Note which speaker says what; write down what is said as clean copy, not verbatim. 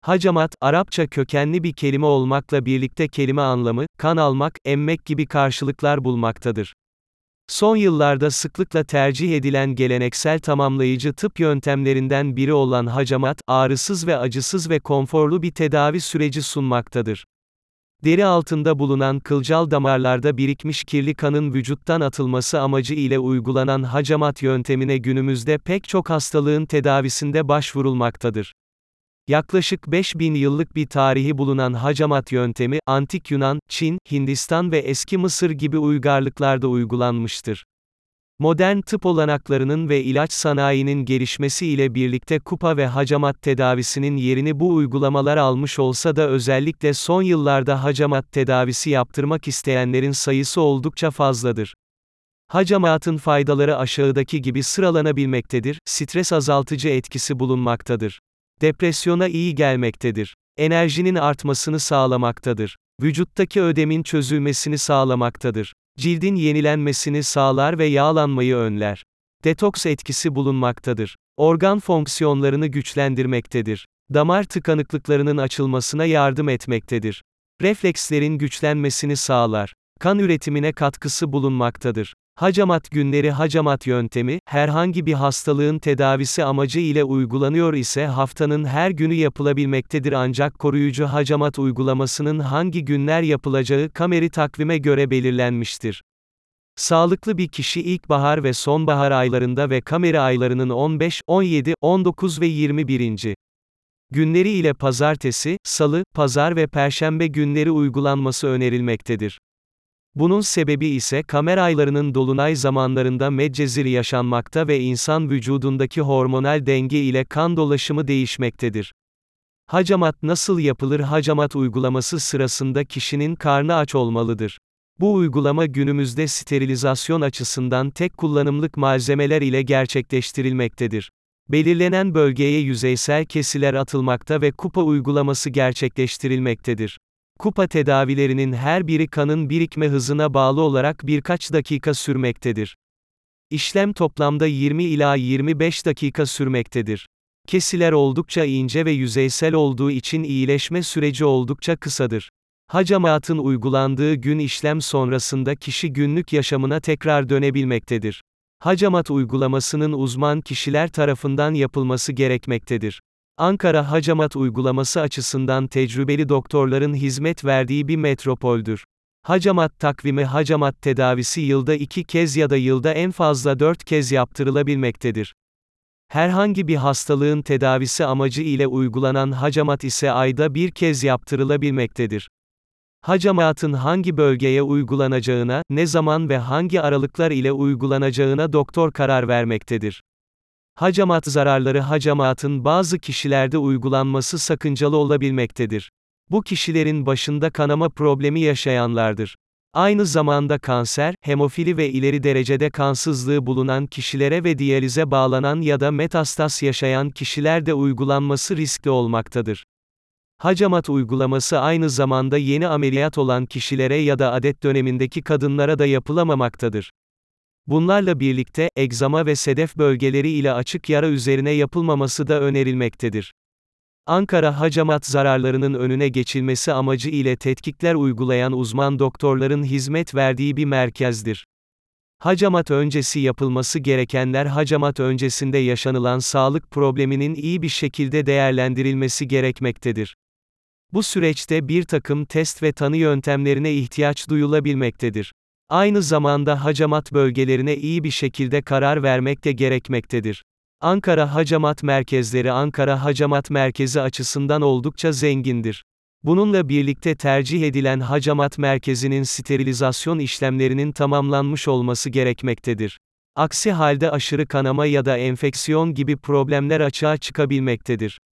Speaker 1: Hacamat, Arapça kökenli bir kelime olmakla birlikte kelime anlamı, kan almak, emmek gibi karşılıklar bulmaktadır. Son yıllarda sıklıkla tercih edilen geleneksel tamamlayıcı tıp yöntemlerinden biri olan hacamat, ağrısız ve acısız ve konforlu bir tedavi süreci sunmaktadır. Deri altında bulunan kılcal damarlarda birikmiş kirli kanın vücuttan atılması amacı ile uygulanan hacamat yöntemine günümüzde pek çok hastalığın tedavisinde başvurulmaktadır. Yaklaşık 5000 yıllık bir tarihi bulunan hacamat yöntemi, Antik Yunan, Çin, Hindistan ve eski Mısır gibi uygarlıklarda uygulanmıştır. Modern tıp olanaklarının ve ilaç sanayinin gelişmesi ile birlikte kupa ve hacamat tedavisinin yerini bu uygulamalar almış olsa da özellikle son yıllarda hacamat tedavisi yaptırmak isteyenlerin sayısı oldukça fazladır. Hacamatın faydaları aşağıdaki gibi sıralanabilmektedir: stres azaltıcı etkisi bulunmaktadır. Depresyona iyi gelmektedir. Enerjinin artmasını sağlamaktadır. Vücuttaki ödemin çözülmesini sağlamaktadır. Cildin yenilenmesini sağlar ve yağlanmayı önler. Detoks etkisi bulunmaktadır. Organ fonksiyonlarını güçlendirmektedir. Damar tıkanıklıklarının açılmasına yardım etmektedir. Reflekslerin güçlenmesini sağlar. Kan üretimine katkısı bulunmaktadır. Hacamat günleri hacamat yöntemi, herhangi bir hastalığın tedavisi amacı ile uygulanıyor ise haftanın her günü yapılabilmektedir ancak koruyucu hacamat uygulamasının hangi günler yapılacağı kameri takvime göre belirlenmiştir. Sağlıklı bir kişi ilkbahar ve sonbahar aylarında ve kameri aylarının 15, 17, 19 ve 21. günleri ile pazartesi, salı, pazar ve perşembe günleri uygulanması önerilmektedir. Bunun sebebi ise kamer aylarının dolunay zamanlarında medcezir yaşanmakta ve insan vücudundaki hormonal denge ile kan dolaşımı değişmektedir. Hacamat nasıl yapılır? Hacamat uygulaması sırasında kişinin karnı aç olmalıdır. Bu uygulama günümüzde sterilizasyon açısından tek kullanımlık malzemeler ile gerçekleştirilmektedir. Belirlenen bölgeye yüzeysel kesiler atılmakta ve kupa uygulaması gerçekleştirilmektedir. Kupa tedavilerinin her biri kanın birikme hızına bağlı olarak birkaç dakika sürmektedir. İşlem toplamda 20 ila 25 dakika sürmektedir. Kesiler oldukça ince ve yüzeysel olduğu için iyileşme süreci oldukça kısadır. Hacamatın uygulandığı gün işlem sonrasında kişi günlük yaşamına tekrar dönebilmektedir. Hacamat uygulamasının uzman kişiler tarafından yapılması gerekmektedir. Ankara hacamat uygulaması açısından tecrübeli doktorların hizmet verdiği bir metropoldür. Hacamat takvimi hacamat tedavisi yılda 2 kez ya da yılda en fazla 4 kez yaptırılabilmektedir. Herhangi bir hastalığın tedavisi amacı ile uygulanan hacamat ise ayda 1 kez yaptırılabilmektedir. Hacamatın hangi bölgeye uygulanacağına, ne zaman ve hangi aralıklar ile uygulanacağına doktor karar vermektedir. Hacamat zararları hacamatın bazı kişilerde uygulanması sakıncalı olabilmektedir. Bu kişilerin başında kanama problemi yaşayanlardır. Aynı zamanda kanser, hemofili ve ileri derecede kansızlığı bulunan kişilere ve diyalize bağlanan ya da metastas yaşayan kişilerde uygulanması riskli olmaktadır. Hacamat uygulaması aynı zamanda yeni ameliyat olan kişilere ya da adet dönemindeki kadınlara da yapılamamaktadır. Bunlarla birlikte, egzama ve sedef bölgeleri ile açık yara üzerine yapılmaması da önerilmektedir. Ankara hacamat zararlarının önüne geçilmesi amacı ile tetkikler uygulayan uzman doktorların hizmet verdiği bir merkezdir. Hacamat öncesi yapılması gerekenler hacamat öncesinde yaşanılan sağlık probleminin iyi bir şekilde değerlendirilmesi gerekmektedir. Bu süreçte bir takım test ve tanı yöntemlerine ihtiyaç duyulabilmektedir. Aynı zamanda hacamat bölgelerine iyi bir şekilde karar vermek de gerekmektedir. Ankara Hacamat Merkezleri Ankara Hacamat Merkezi açısından oldukça zengindir. Bununla birlikte tercih edilen hacamat merkezinin sterilizasyon işlemlerinin tamamlanmış olması gerekmektedir. Aksi halde aşırı kanama ya da enfeksiyon gibi problemler açığa çıkabilmektedir.